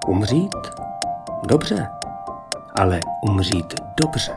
Umřít? Dobře, ale umřít dobře.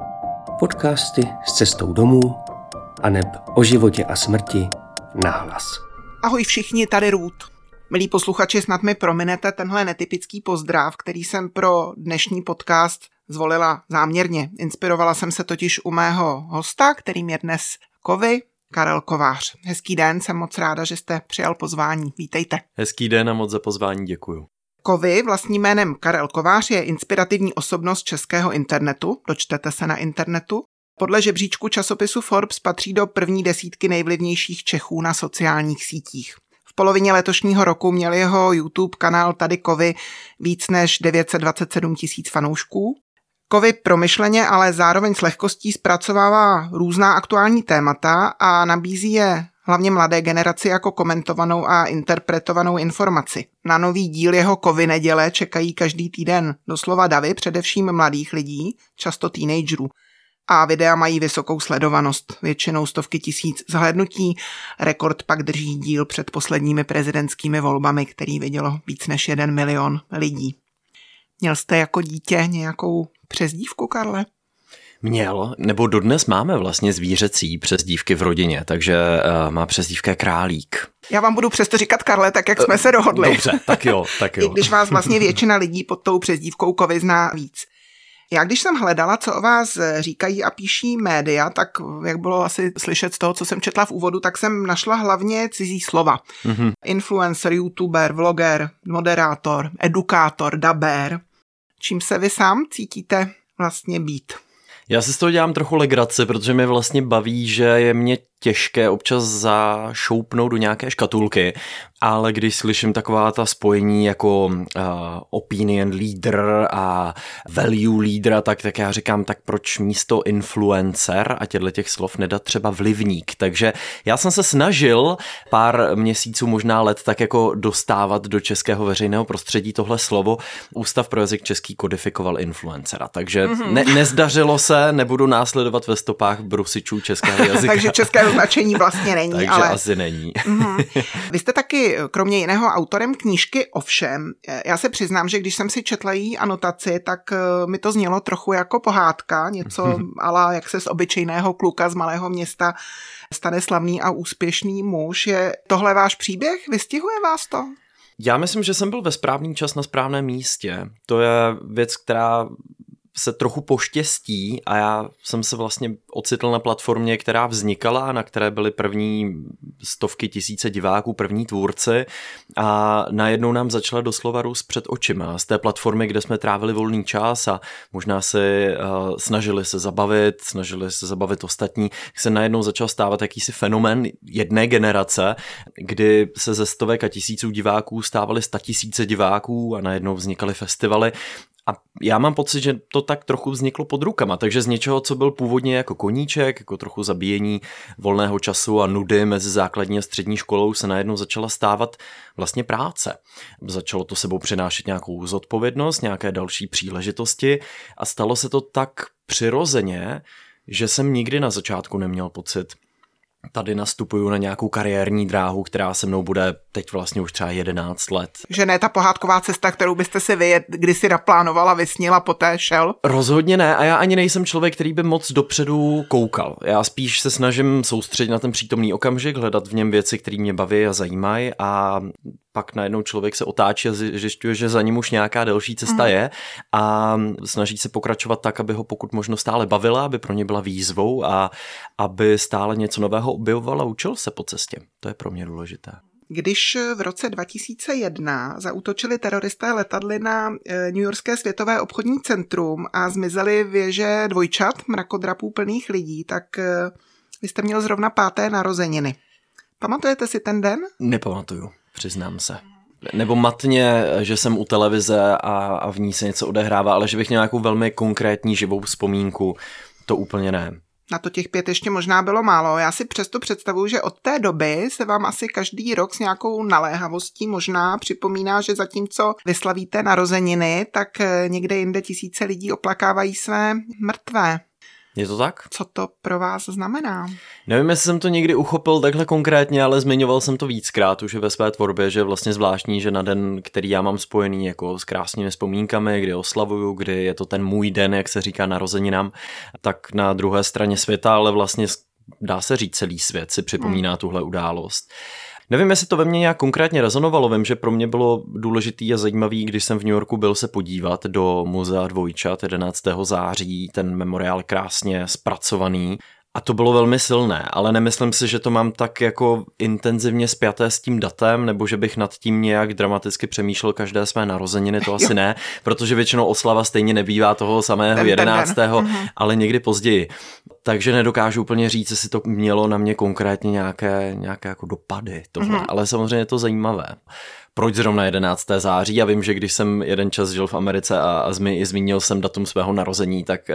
Podcasty s cestou domů aneb o životě a smrti nahlas. Ahoj všichni, tady Ruth. Milí posluchači, snad mi prominete tenhle netypický pozdrav, který jsem pro dnešní podcast zvolila záměrně. Inspirovala jsem se totiž u mého hosta, kterým je dnes Kovy, Karel Kovář. Hezký den, jsem moc ráda, že jste přijal pozvání. Vítejte. Hezký den a moc za pozvání děkuju. Kovy, vlastním jménem Karel Kovář, je inspirativní osobnost českého internetu, dočtete se na internetu. Podle žebříčku časopisu Forbes patří do první desítky nejvlivnějších Čechů na sociálních sítích. V polovině letošního roku měl jeho YouTube kanál Tady Kovy víc než 927 000 fanoušků. Kovy promyšleně, ale zároveň s lehkostí zpracovává různá aktuální témata a nabízí je hlavně mladé generaci jako komentovanou a interpretovanou informaci. Na nový díl jeho Kovy neděle čekají každý týden doslova davy, především mladých lidí, často teenagerů. A videa mají vysokou sledovanost, většinou stovky tisíc zhlédnutí. Rekord pak drží díl před posledními prezidentskými volbami, který vidělo víc než 1 milion lidí. Měl jste jako dítě nějakou přezdívku, Karle? Měl, nebo dodnes máme vlastně zvířecí přezdívky v rodině, takže má přezdívka Králík. Já vám budu přesto říkat Karle, tak jak jsme se dohodli. Dobře, tak jo. I když vás vlastně většina lidí pod tou přezdívkou Kovy zná víc. Já když jsem hledala, co o vás říkají a píší média, tak jak bylo asi slyšet z toho, co jsem četla v úvodu, tak jsem našla hlavně cizí slova. Mm-hmm. Influencer, youtuber, vloger, moderátor, edukátor, dabér. Čím se vy sám cítíte vlastně být? Já si z toho dělám trochu legraci, protože mě vlastně baví, že je mě těžké občas zašoupnout do nějaké škatulky, ale když slyším taková ta spojení jako opinion leader a value leader, tak já říkám, tak proč místo influencer a těch slov nedat třeba vlivník. Takže já jsem se snažil pár měsíců, možná let, tak jako dostávat do českého veřejného prostředí tohle slovo. Ústav pro jazyk český kodifikoval influencera, takže nezdařilo se, nebudu následovat ve stopách brusičů českého jazyka. Takže české značení vlastně není. Takže ale asi není. Vy jste taky kromě jiného autorem knížky Ovšem. Já se přiznám, že když jsem si četla její anotaci, tak mi to znělo trochu jako pohádka, něco ala jak se z obyčejného kluka z malého města stane slavný a úspěšný muž. Je tohle váš příběh? Vystihuje vás to? Já myslím, že jsem byl ve správný čas na správném místě. To je věc, která se trochu poštěstí a já jsem se vlastně ocitl na platformě, která vznikala, na které byly první stovky tisíce diváků, první tvůrci a najednou nám začala doslova růst před očima. Z té platformy, kde jsme trávili volný čas a možná se snažili se zabavit ostatní, se najednou začal stávat jakýsi fenomén jedné generace, kdy se ze stovek a tisíců diváků stávaly 100 000 diváků a najednou vznikaly festivaly. A já mám pocit, že to tak trochu vzniklo pod rukama, takže z něčeho, co byl původně jako koníček, jako trochu zabíjení volného času a nudy mezi základní a střední školou se najednou začala stávat vlastně práce. Začalo to sebou přinášet nějakou zodpovědnost, nějaké další příležitosti a stalo se to tak přirozeně, že jsem nikdy na začátku neměl pocit, tady nastupuju na nějakou kariérní dráhu, která se mnou bude teď vlastně už třeba 11 let. Že ne ta pohádková cesta, kterou byste si vy kdysi naplánovala, vysnila, poté šel? Rozhodně ne a já ani nejsem člověk, který by moc dopředu koukal. Já spíš se snažím soustředit na ten přítomný okamžik, hledat v něm věci, které mě baví a zajímají a pak najednou člověk se otáčí a zjišťuje, že za ním už nějaká delší cesta je a snaží se pokračovat tak, aby ho pokud možno stále bavila, aby pro ně byla výzvou a aby stále něco nového objevoval a učil se po cestě. To je pro mě důležité. Když v roce 2001 zaútočili teroristé letadly na newyorské Světové obchodní centrum a zmizely věže dvojčat, mrakodrapů plných lidí, tak vy jste měl zrovna 5. narozeniny. Pamatujete si ten den? Nepamatuju, přiznám se. Nebo matně, že jsem u televize a v ní se něco odehrává, ale že bych měl nějakou velmi konkrétní živou vzpomínku, to úplně ne. Na to těch 5 ještě možná bylo málo. Já si přesto představuju, že od té doby se vám asi každý rok s nějakou naléhavostí možná připomíná, že zatímco vyslavíte narozeniny, tak někde jinde tisíce lidí oplakávají své mrtvé. Je to tak? Co to pro vás znamená? Nevím, jestli jsem to někdy uchopil takhle konkrétně, ale zmiňoval jsem to víckrát už ve své tvorbě, že vlastně zvláštní, že na den, který já mám spojený jako s krásnými vzpomínkami, kdy oslavuju, kdy je to ten můj den, jak se říká, narozeninám, tak na druhé straně světa, ale vlastně dá se říct celý svět si připomíná tuhle událost. Nevím, jestli to ve mně nějak konkrétně rezonovalo, vím, že pro mě bylo důležitý a zajímavý, když jsem v New Yorku byl se podívat do muzea Dvojčat 11. září, ten memoriál krásně zpracovaný. A to bylo velmi silné, ale nemyslím si, že to mám tak jako intenzivně spjaté s tím datem, nebo že bych nad tím nějak dramaticky přemýšlel každé své narozeniny, to asi ne, protože většinou oslava stejně nebývá toho samého 11., ale někdy později. Takže nedokážu úplně říct, jestli to mělo na mě konkrétně nějaké jako dopady tohle, ale samozřejmě je to zajímavé. Proč zrovna 11. září? Já vím, že když jsem jeden čas žil v Americe a zmínil jsem datum svého narození, tak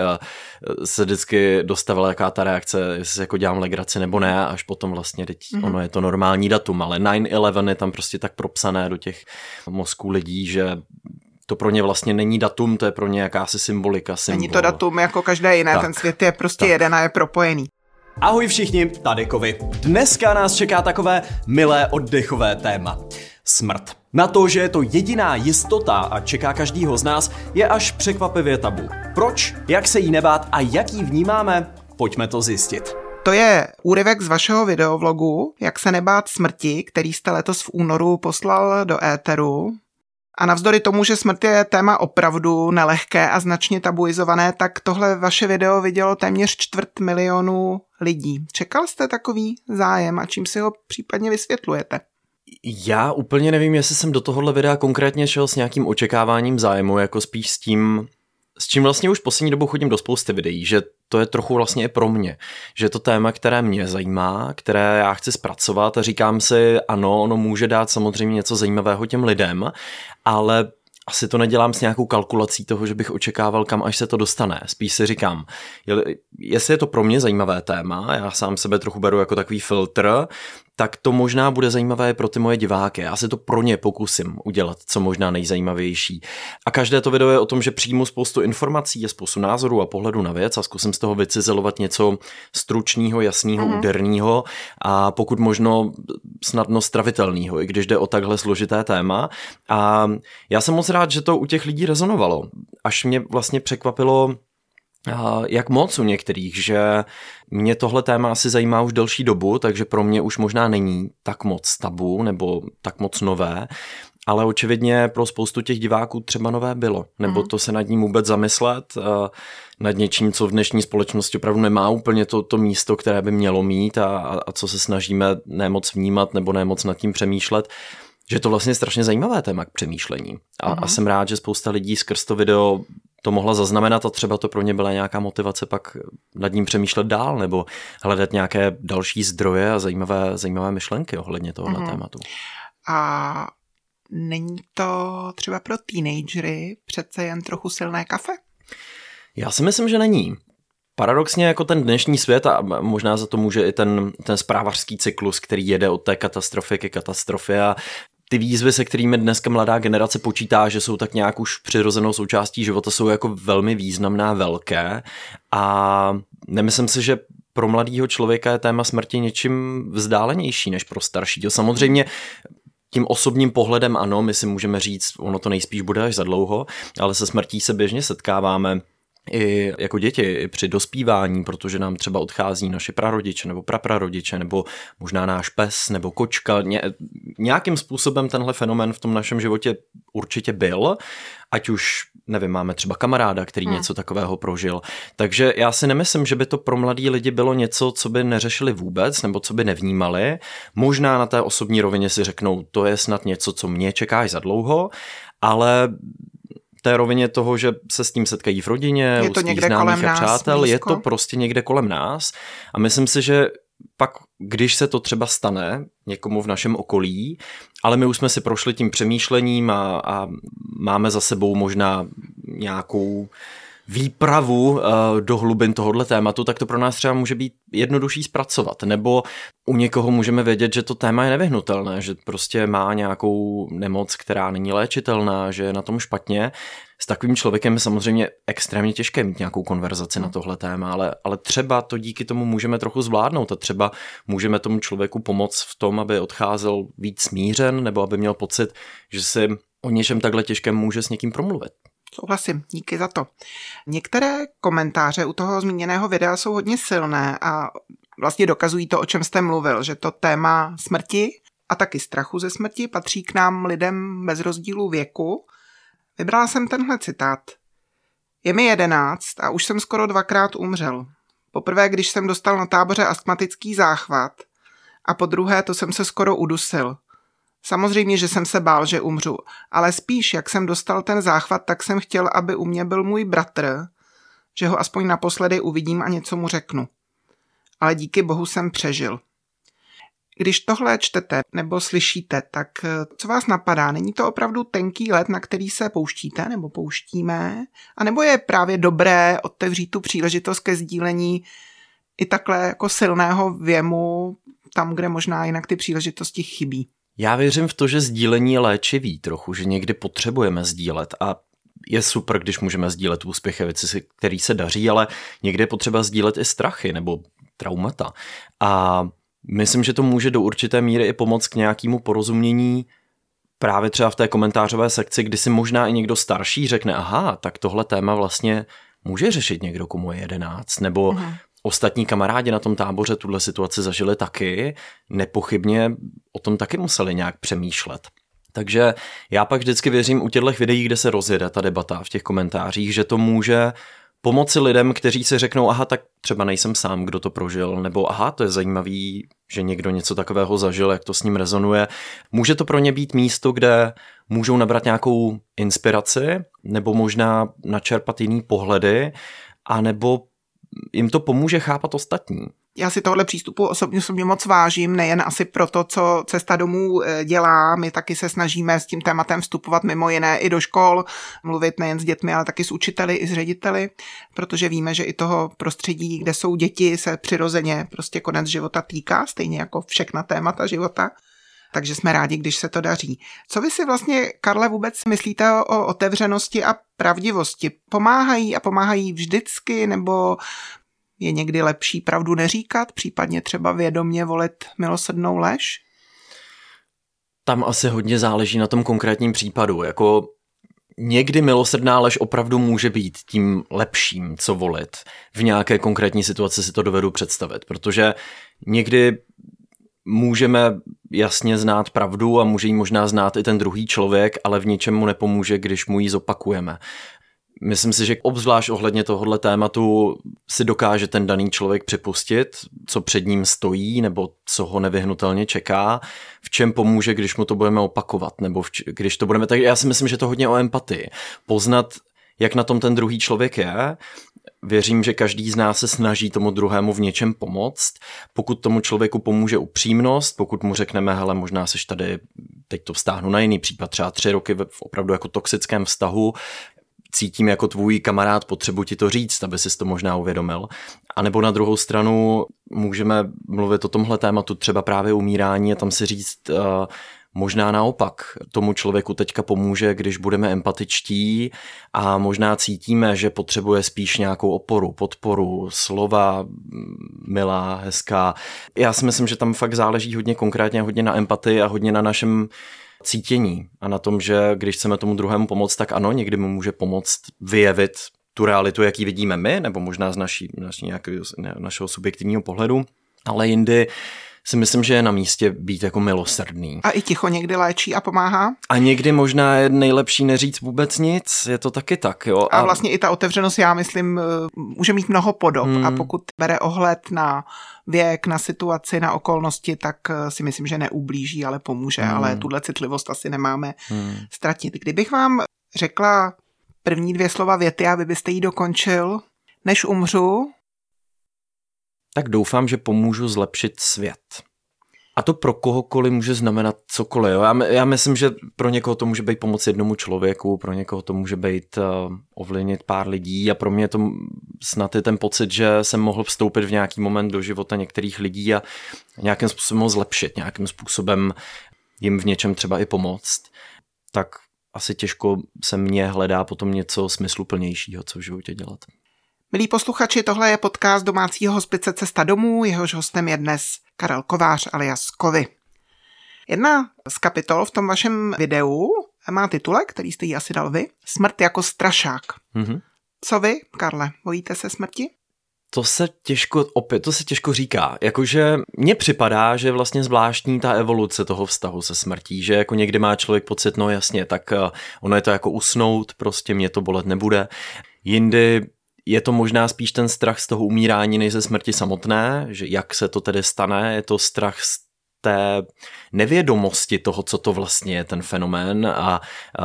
se vždycky dostavila jaká ta reakce, jestli jako dělám legraci nebo ne, až potom vlastně ono je to normální datum, ale 9/11 je tam prostě tak propsané do těch mozků lidí, že to pro ně vlastně není datum, to je pro ně jakási symbolika. Není to datum jako každé jiné, tak, ten svět je prostě jeden a je propojený. Ahoj všichni, tady Kovy. Dneska nás čeká takové milé oddechové téma. Smrt. Na to, že je to jediná jistota a čeká každýho z nás, je až překvapivě tabu. Proč? Jak se jí nebát a jak jí vnímáme? Pojďme to zjistit. To je úryvek z vašeho videovlogu Jak se nebát smrti, který jste letos v únoru poslal do éteru. A navzdory tomu, že smrt je téma opravdu nelehké a značně tabuizované, tak tohle vaše video vidělo téměř 250 000 lidí. Čekal jste takový zájem a čím si ho případně vysvětlujete? Já úplně nevím, jestli jsem do tohohle videa konkrétně šel s nějakým očekáváním zájmu, jako spíš s tím, s čím vlastně už poslední dobou chodím do spousty videí, že to je trochu vlastně i pro mě, že je to téma, které mě zajímá, které já chci zpracovat a říkám si, ano, ono může dát samozřejmě něco zajímavého těm lidem, ale asi to nedělám s nějakou kalkulací toho, že bych očekával, kam až se to dostane. Spíš si říkám, jestli je to pro mě zajímavé téma, já sám sebe trochu beru jako takový filtr, tak to možná bude zajímavé pro ty moje diváky. Já se to pro ně pokusím udělat co možná nejzajímavější. A každé to video je o tom, že přijmu spoustu informací, je spoustu názorů a pohledu na věc a zkusím z toho vycizelovat něco stručného, jasného, úderného a pokud možno snadno stravitelného, i když jde o takhle složité téma. A já jsem moc rád, že to u těch lidí rezonovalo. Až mě vlastně překvapilo, jak moc u některých, že mě tohle téma asi zajímá už delší dobu, takže pro mě už možná není tak moc tabu nebo tak moc nové, ale očividně pro spoustu těch diváků třeba nové bylo, nebo to se nad ním vůbec zamyslet, nad něčím, co v dnešní společnosti opravdu nemá úplně to místo, které by mělo mít a co se snažíme nemoc vnímat nebo nemoc nad tím přemýšlet, že to vlastně je strašně zajímavé téma k přemýšlení. A jsem rád, že spousta lidí skrz to video to mohla zaznamenat a třeba to pro ně byla nějaká motivace pak nad ním přemýšlet dál nebo hledat nějaké další zdroje a zajímavé myšlenky ohledně tohoto tématu. A není to třeba pro teenagery přece jen trochu silné kafe? Já si myslím, že není. Paradoxně jako ten dnešní svět a možná za to může i ten zprávařský cyklus, který jede od té katastrofy ke katastrofě a ty výzvy, se kterými dneska mladá generace počítá, že jsou tak nějak už přirozenou součástí života, jsou jako velmi významná, velké a nemyslím si, že pro mladého člověka je téma smrti něčím vzdálenější než pro staršího. Samozřejmě tím osobním pohledem ano, my si můžeme říct, ono to nejspíš bude až za dlouho, ale se smrtí se běžně setkáváme i jako děti, i při dospívání, protože nám třeba odchází naši prarodiče nebo praprarodiče, nebo možná náš pes nebo kočka. Nějakým způsobem tenhle fenomén v tom našem životě určitě byl, ať už, nevím, máme třeba kamaráda, který něco takového prožil. Takže já si nemyslím, že by to pro mladí lidi bylo něco, co by neřešili vůbec, nebo co by nevnímali. Možná na té osobní rovině si řeknou, to je snad něco, co mě čeká až za dlouho, ale té rovině toho, že se s tím setkají v rodině, u svých známých a přátel, je to prostě někde kolem nás a myslím si, že pak, když se to třeba stane někomu v našem okolí, ale my už jsme si prošli tím přemýšlením a máme za sebou možná nějakou výpravu do hlubin tohohle tématu, tak to pro nás třeba může být jednodušší zpracovat. Nebo u někoho můžeme vědět, že to téma je nevyhnutelné, že prostě má nějakou nemoc, která není léčitelná, že je na tom špatně. S takovým člověkem je samozřejmě extrémně těžké mít nějakou konverzaci na tohle téma, ale třeba to díky tomu můžeme trochu zvládnout a třeba můžeme tomu člověku pomoct v tom, aby odcházel víc smířen nebo aby měl pocit, že si o něčem takhle těžkém může s někým promluvit. Souhlasím, díky za to. Některé komentáře u toho zmíněného videa jsou hodně silné a vlastně dokazují to, o čem jste mluvil, že to téma smrti a taky strachu ze smrti patří k nám lidem bez rozdílu věku. Vybrala jsem tenhle citát. Je mi 11 a už jsem skoro 2krát umřel. Poprvé, když jsem dostal na táboře astmatický záchvat a po druhé to jsem se skoro udusil. Samozřejmě, že jsem se bál, že umřu, ale spíš, jak jsem dostal ten záchvat, tak jsem chtěl, aby u mě byl můj bratr, že ho aspoň naposledy uvidím a něco mu řeknu. Ale díky bohu jsem přežil. Když tohle čtete nebo slyšíte, tak co vás napadá? Není to opravdu tenký led, na který se pouštíte nebo pouštíme? A nebo je právě dobré otevřít tu příležitost ke sdílení i takhle jako silného věmu tam, kde možná jinak ty příležitosti chybí? Já věřím v to, že sdílení je léčivý trochu, že někdy potřebujeme sdílet a je super, když můžeme sdílet úspěchy, věci, které se daří, ale někdy je potřeba sdílet i strachy nebo traumata. A myslím, že to může do určité míry i pomoct k nějakému porozumění právě třeba v té komentářové sekci, kdy si možná i někdo starší řekne, aha, tak tohle téma vlastně může řešit někdo, komu je 11, nebo ostatní kamarádi na tom táboře tuhle situaci zažili taky, nepochybně o tom taky museli nějak přemýšlet. Takže já pak vždycky věřím u těchto videí, kde se rozjede ta debata v těch komentářích, že to může pomoci lidem, kteří si řeknou, aha, tak třeba nejsem sám, kdo to prožil, nebo aha, to je zajímavý, že někdo něco takového zažil, jak to s ním rezonuje. Může to pro ně být místo, kde můžou nabrat nějakou inspiraci, nebo možná načerpat jiný pohledy, anebo jim to pomůže chápat ostatní. Já si tohle přístupu osobně moc vážím, nejen asi proto, co Cesta domů dělá. My taky se snažíme s tím tématem vstupovat mimo jiné i do škol, mluvit nejen s dětmi, ale taky s učiteli i s řediteli, protože víme, že i toho prostředí, kde jsou děti, se přirozeně prostě konec života týká, stejně jako všechna témata života. Takže jsme rádi, když se to daří. Co vy si vlastně, Karle, vůbec myslíte o otevřenosti a pravdivosti? Pomáhají vždycky, nebo je někdy lepší pravdu neříkat, případně třeba vědomě volit milosrdnou lež? Tam asi hodně záleží na tom konkrétním případu. Jako někdy milosrdná lež opravdu může být tím lepším, co volit. V nějaké konkrétní situaci si to dovedu představit, protože někdy můžeme jasně znát pravdu a může ji možná znát i ten druhý člověk, ale v ničem mu nepomůže, když mu ji zopakujeme. Myslím si, že obzvlášť ohledně tohohle tématu si dokáže ten daný člověk připustit, co před ním stojí nebo co ho nevyhnutelně čeká, v čem pomůže, když mu to budeme opakovat, nebo když to budeme... Tak já si myslím, že to hodně o empatii. Poznat, jak na tom ten druhý člověk je. Věřím, že každý z nás se snaží tomu druhému v něčem pomoct. Pokud tomu člověku pomůže upřímnost, pokud mu řekneme, hele, možná seš tady, teď to vztáhnu na jiný případ, třeba 3 roky v opravdu jako toxickém vztahu, cítím jako tvůj kamarád, potřebuji ti to říct, aby si to možná uvědomil. A nebo na druhou stranu můžeme mluvit o tomhle tématu, třeba právě umírání a tam si říct, možná naopak, tomu člověku teďka pomůže, když budeme empatičtí a možná cítíme, že potřebuje spíš nějakou oporu, podporu, slova milá, hezká. Já si myslím, že tam fakt záleží hodně konkrétně, hodně na empatii a hodně na našem cítění a na tom, že když chceme tomu druhému pomoct, tak ano, někdy mu může pomoct vyjevit tu realitu, jak ji vidíme my, nebo možná z našeho subjektivního pohledu, ale jindy si myslím, že je na místě být jako milosrdný. A i ticho někdy léčí a pomáhá? A někdy možná je nejlepší neříct vůbec nic, je to taky tak, jo. A vlastně i ta otevřenost, já myslím, může mít mnoho podob a pokud bere ohled na věk, na situaci, na okolnosti, tak si myslím, že neublíží, ale pomůže, ale tuhle citlivost asi nemáme ztratit. Kdybych vám řekla první 2 slova věty a vy byste ji dokončil, než umřu, tak doufám, že pomůžu zlepšit svět. A to pro kohokoliv může znamenat cokoliv. Jo? Já myslím, že pro někoho to může být pomoc jednomu člověku, pro někoho to může být ovlivnit pár lidí a pro mě to snad je ten pocit, že jsem mohl vstoupit v nějaký moment do života některých lidí a nějakým způsobem ho zlepšit, nějakým způsobem jim v něčem třeba i pomoct. Tak asi těžko se mně hledá potom něco smysluplnějšího, co v životě dělat. Milí posluchači, tohle je podcast domácího hospice Cesta domů, jehož hostem je dnes Karel Kovář alias Kovy. Jedna z kapitol v tom vašem videu má titulek, který jste jí asi dal vy, Smrt jako strašák. Mm-hmm. Co vy, Karle, bojíte se smrti? To se těžko říká. Jakože mně připadá, že je vlastně zvláštní ta evoluce toho vztahu se smrtí, že jako někdy má člověk pocit, no jasně, tak ono je to jako usnout, prostě mě to bolet nebude. Jindy je to možná spíš ten strach z toho umírání než ze smrti samotné, že jak se to tedy stane, je to strach z té nevědomosti toho, co to vlastně je ten fenomén a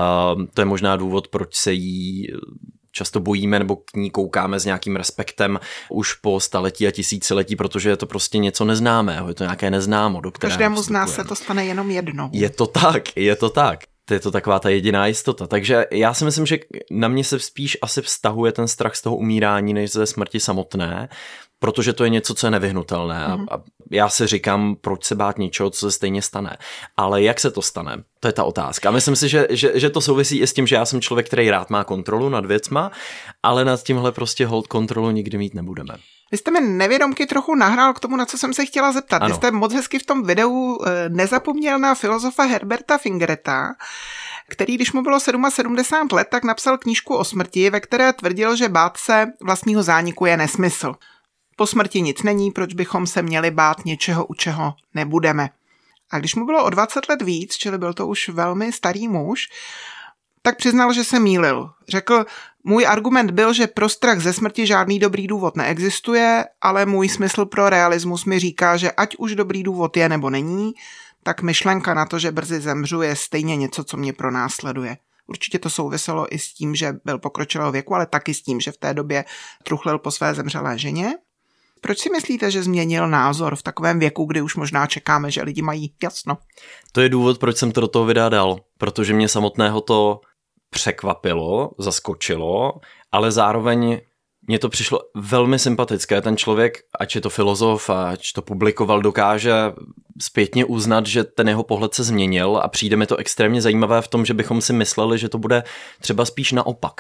to je možná důvod, proč se jí často bojíme nebo k ní koukáme s nějakým respektem už po staletí a tisíciletí, protože je to prostě něco neznámého, je to nějaké neznámo, do kterého každému z nás se to stane jenom jednou. Je to tak. To je to taková ta jediná jistota. Takže já si myslím, že na mě se spíš asi vztahuje ten strach z toho umírání než ze smrti samotné, protože to je něco, co je nevyhnutelné. A já si říkám, proč se bát něčeho, co se stejně stane. Ale jak se to stane? To je ta otázka. A myslím si, že to souvisí i s tím, že já jsem člověk, který rád má kontrolu nad věcma, ale nad tímhle prostě hold kontrolu nikdy mít nebudeme. Vy jste mi nevědomky trochu nahrál k tomu, na co jsem se chtěla zeptat. Ano. Vy jste moc hezky v tom videu nezapomněl na filozofa Herberta Fingereta, který, když mu bylo 77 let, tak napsal knížku o smrti, ve které tvrdil, že bát se vlastního zániku je nesmysl. Po smrti nic není, proč bychom se měli bát něčeho, u čeho nebudeme. A když mu bylo o 20 let víc, čili byl to už velmi starý muž, tak přiznal, že se mýlil. Řekl, můj argument byl, že pro strach ze smrti žádný dobrý důvod neexistuje, ale můj smysl pro realismus mi říká, že ať už dobrý důvod je nebo není, tak myšlenka na to, že brzy zemřu, je stejně něco, co mě pronásleduje. Určitě to souviselo i s tím, že byl pokročilého věku, ale taky s tím, že v té době truchlil po své zemřelé ženě. Proč si myslíte, že změnil názor v takovém věku, kdy už možná čekáme, že lidi mají jasno? To je důvod, proč jsem to do toho videa dal, protože mě samotného to překvapilo, zaskočilo, ale zároveň mně to přišlo velmi sympatické. Ten člověk, ať je to filozof, ať to publikoval, dokáže zpětně uznat, že ten jeho pohled se změnil a přijde mi to extrémně zajímavé v tom, že bychom si mysleli, že to bude třeba spíš naopak.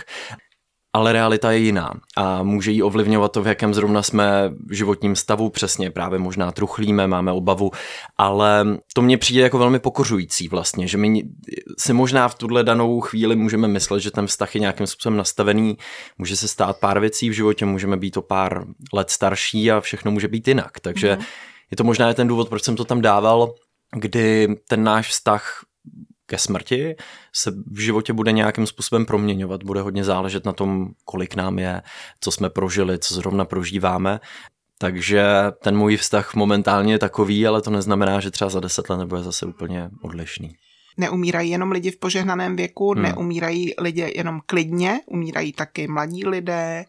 Ale realita je jiná a může jí ovlivňovat to, v jakém zrovna jsme v životním stavu, přesně právě možná truchlíme, máme obavu, ale to mně přijde jako velmi pokořující vlastně, že my si možná v tuhle danou chvíli můžeme myslet, že ten vztah je nějakým způsobem nastavený, může se stát pár věcí v životě, můžeme být o pár let starší a všechno může být jinak, takže je to možná ten důvod, proč jsem to tam dával, kdy ten náš vztah ke smrti se v životě bude nějakým způsobem proměňovat, bude hodně záležet na tom, kolik nám je, co jsme prožili, co zrovna prožíváme. Takže ten můj vztah momentálně je takový, ale to neznamená, že třeba za 10 let nebude zase úplně odlišný. Neumírají jenom lidi v požehnaném věku, neumírají lidi jenom klidně, umírají taky mladí lidé,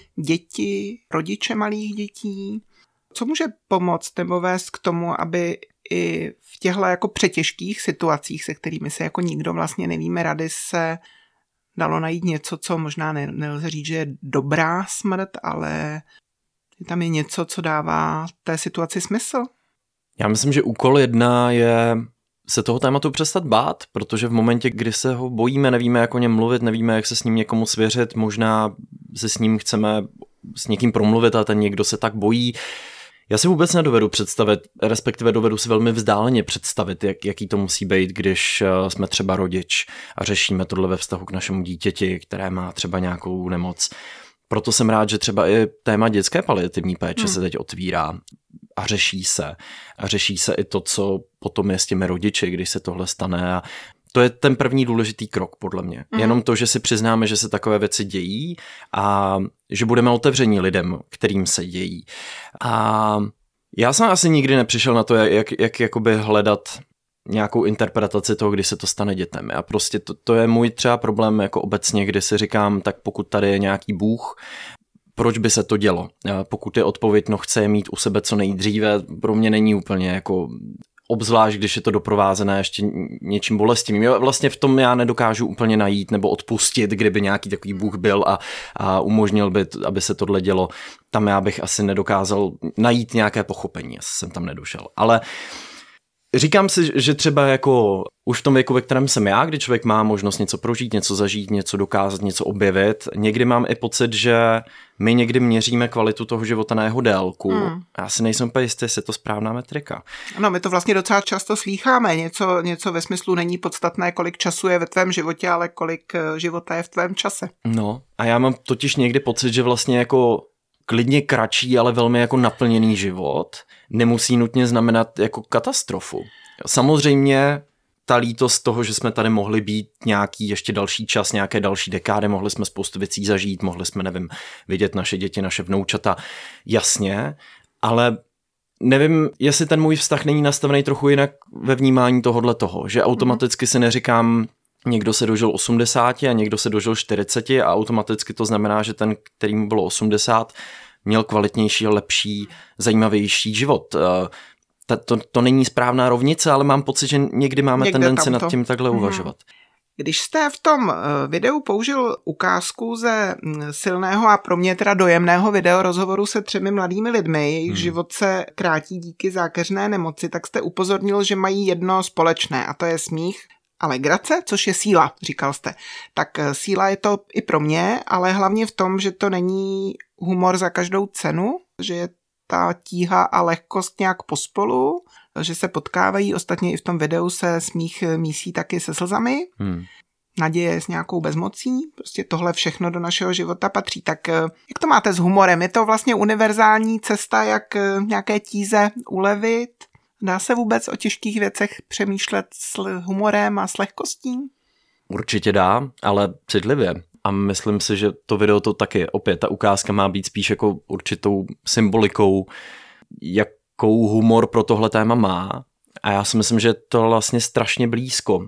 děti, rodiče malých dětí. Co může pomoct nebo vést k tomu, aby i v těchto jako přetěžkých situacích, se kterými se jako nikdo vlastně nevíme rady, se dalo najít něco, co možná nelze říct, že je dobrá smrt, ale tam je něco, co dává té situaci smysl? Já myslím, že úkol 1 je se toho tématu přestat bát, protože v momentě, kdy se ho bojíme, nevíme, jak o něm mluvit, nevíme, jak se s ním někomu svěřit, možná se s ním chceme s někým promluvit a ten někdo se tak bojí. Já si vůbec nedovedu představit, respektive dovedu si velmi vzdáleně představit, jaký to musí být, když jsme třeba rodič a řešíme tohle ve vztahu k našemu dítěti, které má třeba nějakou nemoc. Proto jsem rád, že třeba i téma dětské paliativní péče se teď otvírá a řeší se. A řeší se i to, co potom je s těmi rodiči, když se tohle stane. A to je ten první důležitý krok, podle mě. Jenom to, že si přiznáme, že se takové věci dějí a že budeme otevření lidem, kterým se dějí. A já jsem asi nikdy nepřišel na to, jak jakoby hledat nějakou interpretaci toho, kdy se to stane dětem. A prostě to je můj třeba problém jako obecně, kdy si říkám, tak pokud tady je nějaký Bůh, proč by se to dělo? Pokud je odpověď, no chce je mít u sebe co nejdříve, pro mě není úplně jako obzvlášť, když je to doprovázené ještě něčím bolestivým. Vlastně v tom já nedokážu úplně najít nebo odpustit, kdyby nějaký takový Bůh byl a umožnil by, aby se tohle dělo. Tam já bych asi nedokázal najít nějaké pochopení, asi jsem tam nedošel. Ale říkám si, že třeba jako už v tom věku, ve kterém jsem já, kdy člověk má možnost něco prožít, něco zažít, něco dokázat, něco objevit, někdy mám i pocit, že my někdy měříme kvalitu toho života na jeho délku. Já si nejsem úplně jistý, jestli je to správná metrika. No, my to vlastně docela často slýcháme. Něco ve smyslu není podstatné, kolik času je ve tvém životě, ale kolik života je v tvém čase. No a já mám totiž někdy pocit, že vlastně jako klidně kratší, ale velmi jako naplněný život nemusí nutně znamenat jako katastrofu. Samozřejmě ta lítost toho, že jsme tady mohli být nějaký ještě další čas, nějaké další dekády, mohli jsme spoustu věcí zažít, mohli jsme, nevím, vidět naše děti, naše vnoučata, jasně, ale nevím, jestli ten můj vztah není nastavený trochu jinak ve vnímání tohohle toho, že automaticky si neříkám, někdo se dožil 80 a někdo se dožil 40 a automaticky to znamená, že ten, kterýmu bylo 80, měl kvalitnější, lepší, zajímavější život. To není správná rovnice, ale mám pocit, že někdy máme tendenci nad tím takhle uvažovat. Když jste v tom videu použil ukázku ze silného a pro mě teda dojemného videorozhovoru se 3 mladými lidmi, jejich život se krátí díky zákeřné nemoci, tak jste upozornil, že mají jedno společné a to je smích a legrace, což je síla, říkal jste. Tak síla je to i pro mě, ale hlavně v tom, že to není humor za každou cenu, že je ta tíha a lehkost nějak pospolu, že se potkávají, ostatně i v tom videu se smích mísí taky se slzami, naděje s nějakou bezmocí, prostě tohle všechno do našeho života patří. Tak jak to máte s humorem? Je to vlastně univerzální cesta, jak nějaké tíze ulevit? Dá se vůbec o těžkých věcech přemýšlet s humorem a s lehkostí? Určitě dá, ale citlivě. A myslím si, že to video to taky, opět ta ukázka má být spíš jako určitou symbolikou, jakou humor pro tohle téma má. A já si myslím, že to je vlastně strašně blízko.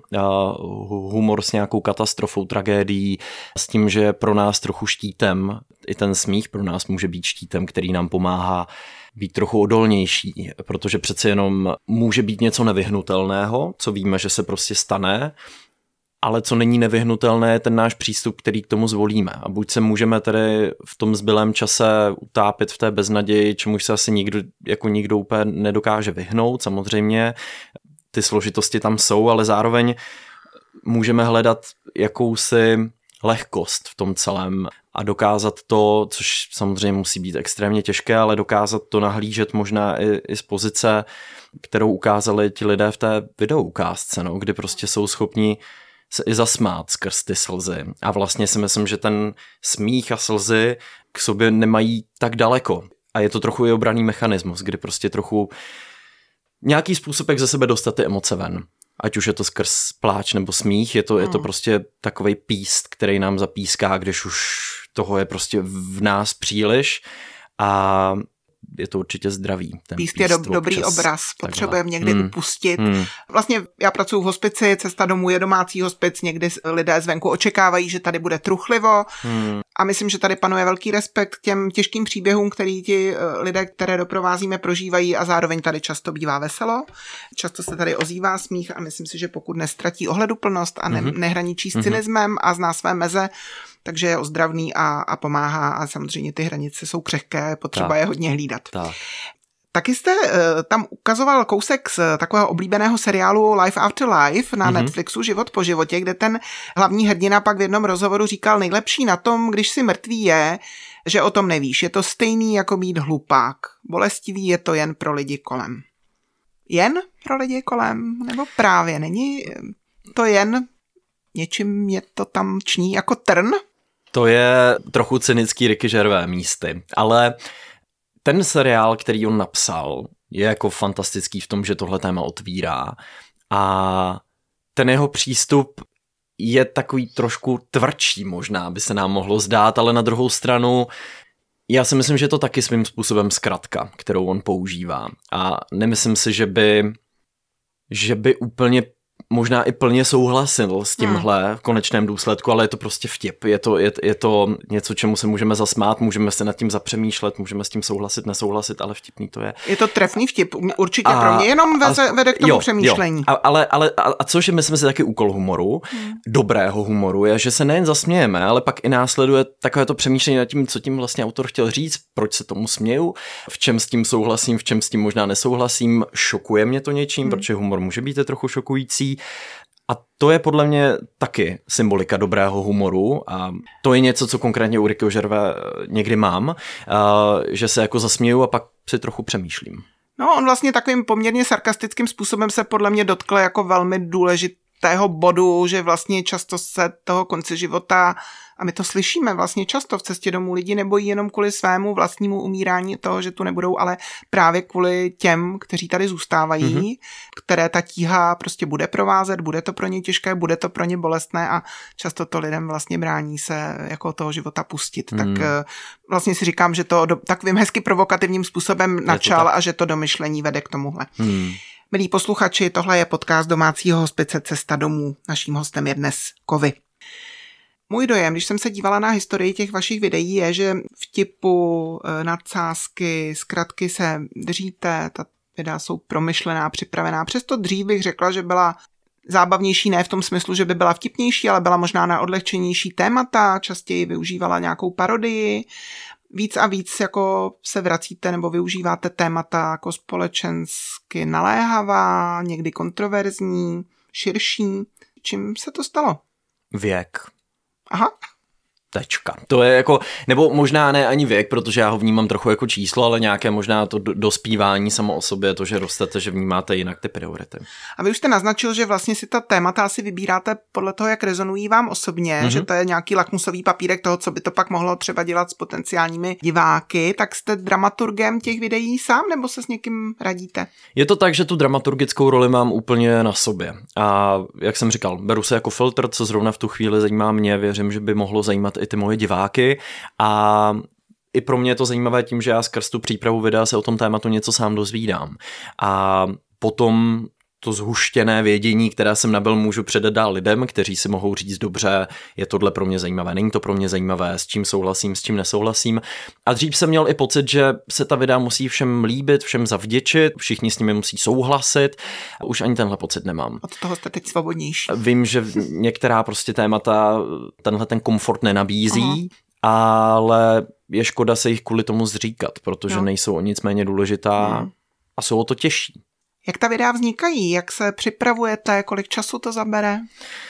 Humor s nějakou katastrofou, tragédií, s tím, že je pro nás trochu štítem. I ten smích pro nás může být štítem, který nám pomáhá být trochu odolnější, protože přece jenom může být něco nevyhnutelného, co víme, že se prostě stane, ale co není nevyhnutelné, je ten náš přístup, který k tomu zvolíme. A buď se můžeme tedy v tom zbylém čase utápět v té beznaději, čemuž se asi nikdo úplně nedokáže vyhnout. Samozřejmě ty složitosti tam jsou, ale zároveň můžeme hledat jakousi lehkost v tom celém a dokázat to, což samozřejmě musí být extrémně těžké, ale dokázat to nahlížet možná i z pozice, kterou ukázali ti lidé v té videoukázce, no, kdy prostě jsou schopni se i zasmát skrz ty slzy. A vlastně si myslím, že ten smích a slzy k sobě nemají tak daleko. A je to trochu i obranný mechanismus, kdy prostě trochu nějaký způsob, jak ze sebe dostat ty emoce ven. Ať už je to skrz pláč nebo smích, je to prostě takovej píst, který nám zapíská, když už toho je prostě v nás příliš a je to určitě zdravý. Píst je dobrý obraz, potřebujeme někdy upustit. Vlastně já pracuji v hospici, cesta domů je domácí hospic, někdy lidé zvenku očekávají, že tady bude truchlivo a myslím, že tady panuje velký respekt k těm těžkým příběhům, který ti lidé, které doprovázíme, prožívají a zároveň tady často bývá veselo. Často se tady ozývá smích a myslím si, že pokud nestratí ohleduplnost a nehraničí s cynismem a zná své meze, takže je ozdravný a pomáhá a samozřejmě ty hranice jsou křehké, potřeba je hodně hlídat. Taky jste tam ukazoval kousek z takového oblíbeného seriálu Life After Life na Netflixu Život po životě, kde ten hlavní hrdina pak v jednom rozhovoru říkal, nejlepší na tom, když si mrtvý je, že o tom nevíš. Je to stejný jako být hlupák. Bolestivý je to jen pro lidi kolem. Jen pro lidi kolem? Nebo právě není to jen něčím je to tam ční jako trn? To je trochu cynický Ricky Gervais místy, ale ten seriál, který on napsal, je jako fantastický v tom, že tohle téma otvírá a ten jeho přístup je takový trošku tvrdší možná, by se nám mohlo zdát, ale na druhou stranu já si myslím, že je to taky svým způsobem zkratka, kterou on používá a nemyslím si, že by úplně možná i plně souhlasil s tímhle v konečném důsledku, ale je to prostě vtip. Je to něco, čemu se můžeme zasmát, můžeme se nad tím zapřemýšlet, můžeme s tím souhlasit, nesouhlasit, ale vtipný to je. Je to trefný vtip, určitě pro mě, jenom vede k tomu přemýšlení. A což je, myslím si, taky úkol humoru, dobrého humoru, je, že se nejen zasmějeme, ale pak i následuje takové to přemýšlení nad tím, co tím vlastně autor chtěl říct, proč se tomu směju, v čem s tím souhlasím, v čem s tím možná nesouhlasím, šokuje mě to něčím, protože humor může být trochu šokující. A to je podle mě taky symbolika dobrého humoru a to je něco, co konkrétně u Rickyho Gervais někdy mám, že se jako zasměju a pak si trochu přemýšlím. No, on vlastně takovým poměrně sarkastickým způsobem se podle mě dotkl jako velmi důležitého bodu, že vlastně často se toho konce života, a my to slyšíme vlastně často v cestě domů, lidi nebojí jenom kvůli svému vlastnímu umírání toho, že tu nebudou, ale právě kvůli těm, kteří tady zůstávají, které ta tíha prostě bude provázet, bude to pro ně těžké, bude to pro ně bolestné a často to lidem vlastně brání se jako toho života pustit. Tak vlastně si říkám, že to takovým hezky provokativním způsobem načal a že to do myšlení vede k tomuhle. Milí posluchači, tohle je podcast domácího hospice Cesta domů. Naším hostem je dnes Kovy. Můj dojem, když jsem se dívala na historii těch vašich videí, je, že vtipu, nadsázky, zkratky se držíte, ta videa jsou promyšlená, připravená. Přesto dřív bych řekla, že byla zábavnější ne v tom smyslu, že by byla vtipnější, ale byla možná na odlehčenější témata, častěji využívala nějakou parodii. Víc a víc jako se vracíte nebo využíváte témata jako společensky naléhavá, někdy kontroverzní, širší. Čím se to stalo? Věk. Aha. Tečka. To je jako, nebo možná ne ani věk, protože já ho vnímám trochu jako číslo, ale nějaké možná to dospívání samo o sobě, to, že rostete, že vnímáte jinak ty priority. A vy už jste naznačil, že vlastně si ta témata asi vybíráte podle toho, jak rezonují vám osobně, že to je nějaký lakmusový papírek toho, co by to pak mohlo třeba dělat s potenciálními diváky. Tak jste dramaturgem těch videí sám, nebo se s někým radíte? Je to tak, že tu dramaturgickou roli mám úplně na sobě. A jak jsem říkal, beru se jako filtr, co zrovna v tu chvíli zajímá mě, věřím, že by mohlo zajímat i ty moje diváky a i pro mě je to zajímavé tím, že já skrz tu přípravu videa se o tom tématu něco sám dozvídám a potom to zhuštěné vědění, které jsem nabyl, můžu předat dál lidem, kteří si mohou říct dobře, je tohle pro mě zajímavé, není to pro mě zajímavé, s čím souhlasím, s čím nesouhlasím. A dřív jsem měl i pocit, že se ta videa musí všem líbit, všem zavděčit, všichni s nimi musí souhlasit. Už ani tenhle pocit nemám. Od toho jste teď svobodnější. Vím, že některá prostě témata tenhle ten komfort nenabízí, ale je škoda se jich kvůli tomu zříkat, protože nejsou o nic méně důležitá a jsou o to těžší. Jak ta videa vznikají? Jak se připravujete? Kolik času to zabere?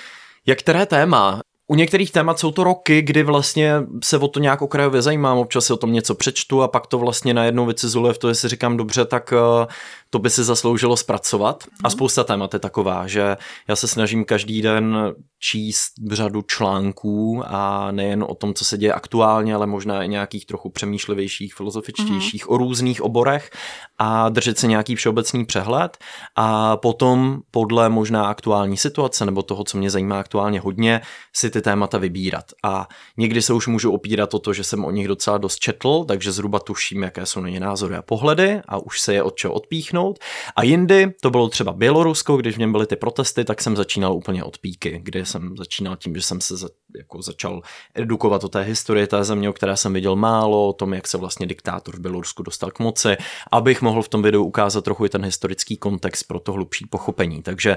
Jak které téma? U některých témat jsou to roky, kdy vlastně se o to nějak okrajově zajímám, občas si o tom něco přečtu a pak to vlastně najednou vycizuluje v to, jestli říkám dobře, tak to by si zasloužilo zpracovat. A spousta témat je taková, že já se snažím každý den číst řadu článků a nejen o tom, co se děje aktuálně, ale možná i nějakých trochu přemýšlivějších, filozofičtějších o různých oborech a držet si nějaký všeobecný přehled a potom podle možná aktuální situace nebo toho, co mě zajímá aktuálně hodně, si ty témata vybírat. A někdy se už můžu opírat o to, že jsem o nich docela dost četl, takže zhruba tuším, jaké jsou na ně názory a pohledy a už se je od čeho odpíchnout. A jindy to bylo třeba Bělorusko, když v něm byly ty protesty, tak jsem začínal úplně od píky, kdy jsem začínal tím, že jsem se začal edukovat o té historii té země, o které jsem viděl málo, o tom, jak se vlastně diktátor v Bělorusku dostal k moci, abych mohl v tom videu ukázat trochu i ten historický kontext pro to hlubší pochopení. Takže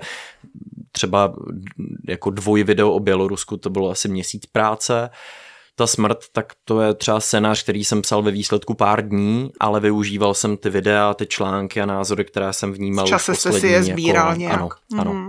třeba jako dvojvideo o Bělorusku to bylo asi měsíc práce. Ta smrt, tak to je třeba scénář, který jsem psal ve výsledku pár dní, ale využíval jsem ty videa, ty články a názory, které jsem vnímal. V čase jste si je sbíral nějak. Ano.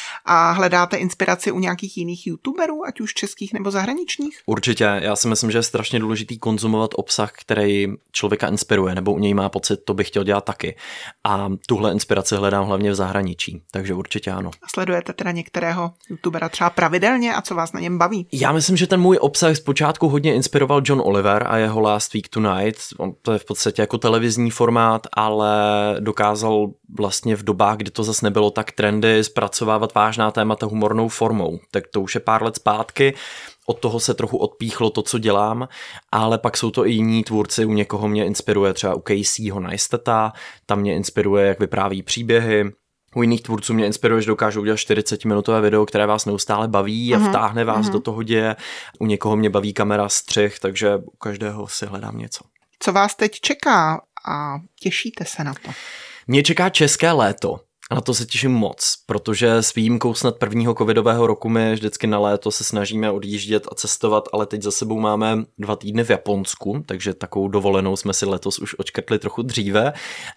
A hledáte inspiraci u nějakých jiných youtuberů, ať už českých nebo zahraničních? Určitě. Já si myslím, že je strašně důležitý konzumovat obsah, který člověka inspiruje, nebo u něj má pocit, to bych chtěl dělat taky. A tuhle inspiraci hledám hlavně v zahraničí, takže určitě ano. A sledujete teda některého youtubera třeba pravidelně a co vás na něm baví? Já myslím, že ten můj obsah zpočátku hodně inspiroval John Oliver a jeho Last Week Tonight. To je v podstatě jako televizní formát, ale dokázal vlastně v dobách, kdy to zase nebylo tak trendy, zpracovávat vážná témata humornou formou. Tak to už je pár let zpátky. Od toho se trochu odpíchlo to, co dělám, ale pak jsou to i jiní tvůrci. U někoho mě inspiruje třeba u Caseyho Neistata, tam mě inspiruje, jak vypráví příběhy. U jiných tvůrců mě inspiruje, že dokážou udělat 40-minutové video, které vás neustále baví a vtáhne vás do toho děje. U někoho mě baví kamera, střih, takže u každého si hledám něco. Co vás teď čeká a těšíte se na to? Mě čeká české léto. A na to se těším moc, protože s výjimkou snad prvního covidového roku my vždycky na léto se snažíme odjíždět a cestovat, ale teď za sebou máme 2 týdny v Japonsku, takže takovou dovolenou jsme si letos už odškrtli trochu dříve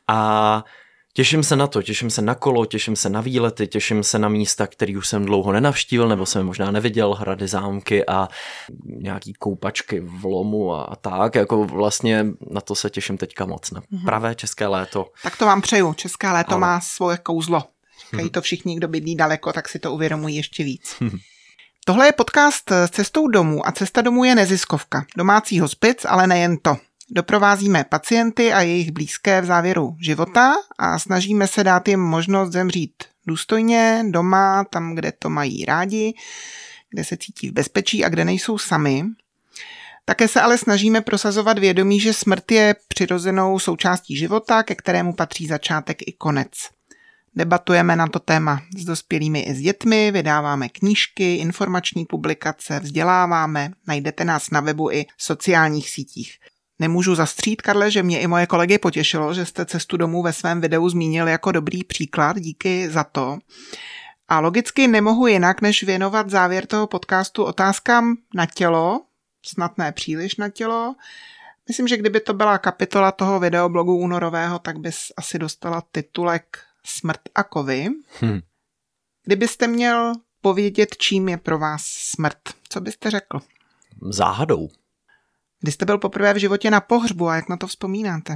a těším se na to, těším se na kolo, těším se na výlety, těším se na místa, který už jsem dlouho nenavštívil nebo jsem možná neviděl, hrady, zámky a nějaký koupačky v lomu a tak, jako vlastně na to se těším teďka moc, na pravé české léto. Tak to vám přeju, české léto má svoje kouzlo. Říkají to všichni, kdo bydlí daleko, tak si to uvědomují ještě víc. Tohle je podcast s cestou domů a cesta domů je neziskovka. Domácí hospic, ale nejen to. Doprovázíme pacienty a jejich blízké v závěru života a snažíme se dát jim možnost zemřít důstojně, doma, tam, kde to mají rádi, kde se cítí v bezpečí a kde nejsou sami. Také se ale snažíme prosazovat vědomí, že smrt je přirozenou součástí života, ke kterému patří začátek i konec. Debatujeme na to téma s dospělými i s dětmi, vydáváme knížky, informační publikace, vzděláváme, najdete nás na webu i sociálních sítích. Nemůžu zastřít, Karle, že mě i moje kolegy potěšilo, že jste cestu domů ve svém videu zmínil jako dobrý příklad, díky za to. A logicky nemohu jinak, než věnovat závěr toho podcastu otázkám na tělo, snad ne příliš na tělo. Myslím, že kdyby to byla kapitola toho videoblogu únorového, tak bys asi dostala titulek Smrt a kovy. Kdybyste měl povědět, čím je pro vás smrt, co byste řekl? Záhadou. Kdy jste byl poprvé v životě na pohřbu a jak na to vzpomínáte?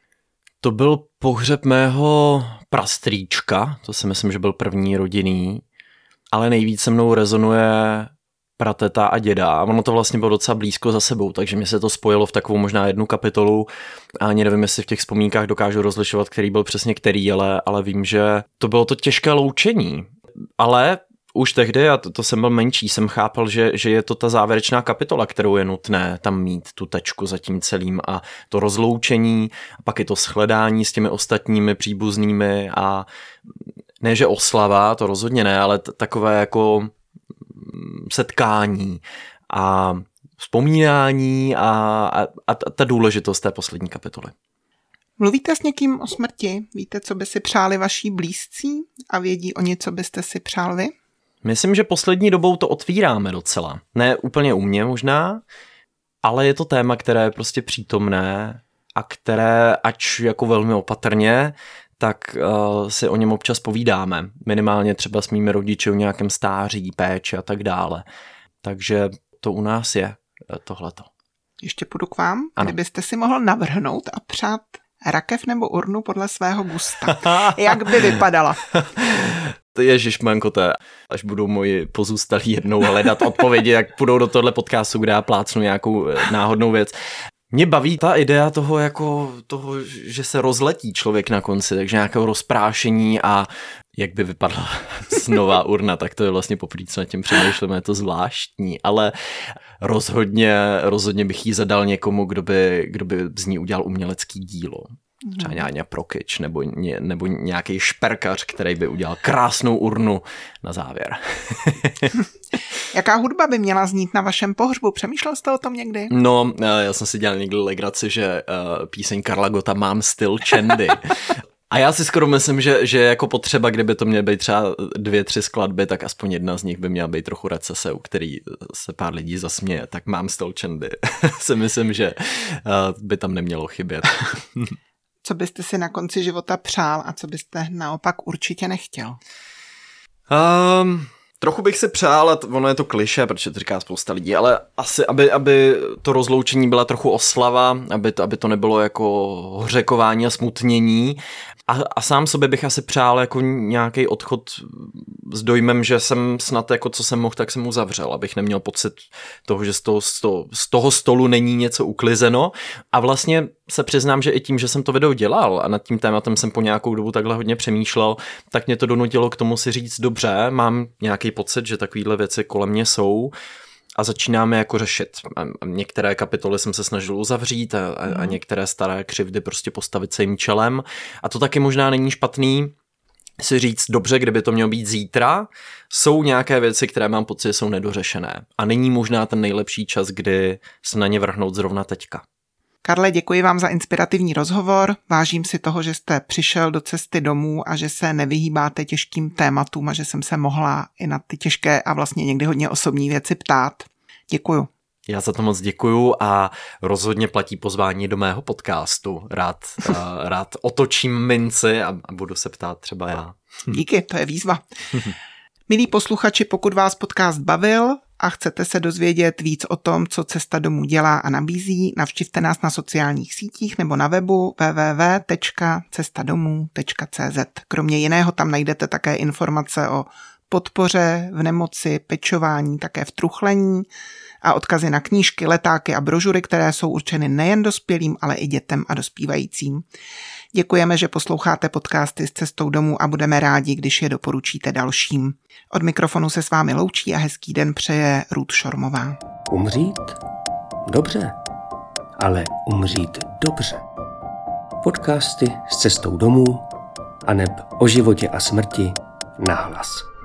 To byl pohřeb mého prastrýčka, to si myslím, že byl první rodinný, ale nejvíc se mnou rezonuje prateta a děda a ono to vlastně bylo docela blízko za sebou, takže mi se to spojilo v takovou možná jednu kapitolu a ani nevím, jestli v těch vzpomínkách dokážu rozlišovat, který byl přesně který, ale vím, že to bylo to těžké loučení, ale už tehdy, a to jsem byl menší, jsem chápal, že je to ta závěrečná kapitola, kterou je nutné tam mít tu tečku za tím celým a to rozloučení, a pak je to shledání s těmi ostatními příbuznými a ne, že oslava, to rozhodně ne, ale takové jako setkání a vzpomínání a ta důležitost té poslední kapitoly. Mluvíte s někým o smrti? Víte, co by si přáli vaši blízcí a vědí oni, co byste si přál vy? Myslím, že poslední dobou to otvíráme docela. Ne úplně u mě možná, ale je to téma, které je prostě přítomné a které, ač jako velmi opatrně, tak si o něm občas povídáme. Minimálně třeba s mými rodiči o nějakém stáří, péči a tak dále. Takže to u nás je tohleto. Ještě půjdu k vám. Ano. Kdybyste si mohl navrhnout a přát rakev nebo urnu podle svého gusta. Jak by vypadala? Ježišmanko, až budou moji pozůstalí jednou hledat odpovědi, jak půjdou do tohle podcastu, kde já plácnu nějakou náhodnou věc. Mě baví ta idea toho, že se rozletí člověk na konci, takže nějakého rozprášení a jak by vypadla nová urna, tak to je vlastně poprvé, co nad tím přemýšlíme, je to zvláštní, ale rozhodně bych jí zadal někomu, kdo by z ní udělal umělecký dílo. Třeba Jáňa Prokyč nebo nějaký šperkař, který by udělal krásnou urnu na závěr. Jaká hudba by měla znít na vašem pohřbu? Přemýšlel jste o tom někdy? No, já jsem si dělal někdy legraci, že píseň Karla Gotta Mám styl Chandy. A já si skoro myslím, že jako potřeba, kdyby to měly být třeba 2-3 skladby, tak aspoň jedna z nich by měla být trochu recese, u který se pár lidí zasměje. Tak Mám styl Chandy. Si myslím, že by tam nemělo chybět. Co byste si na konci života přál a co byste naopak určitě nechtěl? Trochu bych si přál, a ono je to klišé, protože to říká spousta lidí, ale asi, aby to rozloučení byla trochu oslava, aby to nebylo jako hořekování a smutnění. A sám sobě bych asi přál jako nějaký odchod s dojmem, že jsem snad jako co jsem mohl, tak jsem uzavřel, abych neměl pocit toho, že z toho stolu není něco uklizeno. A vlastně se přiznám, že i tím, že jsem to video dělal a nad tím tématem jsem po nějakou dobu takhle hodně přemýšlel, tak mě to donutilo k tomu si říct, dobře, mám nějaký pocit, že takovýhle věci kolem mě jsou a začínáme jako řešit. A některé kapitoly jsem se snažil uzavřít a některé staré křivdy prostě postavit se jim čelem. A to taky možná není špatný, si říct, dobře, kdyby to mělo být zítra, jsou nějaké věci, které mám pocit, že jsou nedořešené. A není možná ten nejlepší čas, kdy se na ně vrhnout zrovna teďka. Karle, děkuji vám za inspirativní rozhovor. Vážím si toho, že jste přišel do cesty domů a že se nevyhýbáte těžkým tématům a že jsem se mohla i na ty těžké a vlastně někdy hodně osobní věci ptát. Děkuju. Já za to moc děkuju a rozhodně platí pozvání do mého podcastu. Rád otočím minci a budu se ptát třeba já. Díky, to je výzva. Milí posluchači, pokud vás podcast bavil a chcete se dozvědět víc o tom, co Cesta domů dělá a nabízí, navštivte nás na sociálních sítích nebo na webu www.cestadomů.cz. Kromě jiného tam najdete také informace o podpoře v nemoci, pečování, také v truchlení a odkazy na knížky, letáky a brožury, které jsou určeny nejen dospělým, ale i dětem a dospívajícím. Děkujeme, že posloucháte podcasty s Cestou domů a budeme rádi, když je doporučíte dalším. Od mikrofonu se s vámi loučí a hezký den přeje Ruth Šormová. Umřít? Dobře, ale umřít dobře. Podcasty s Cestou domů aneb o životě a smrti nahlas.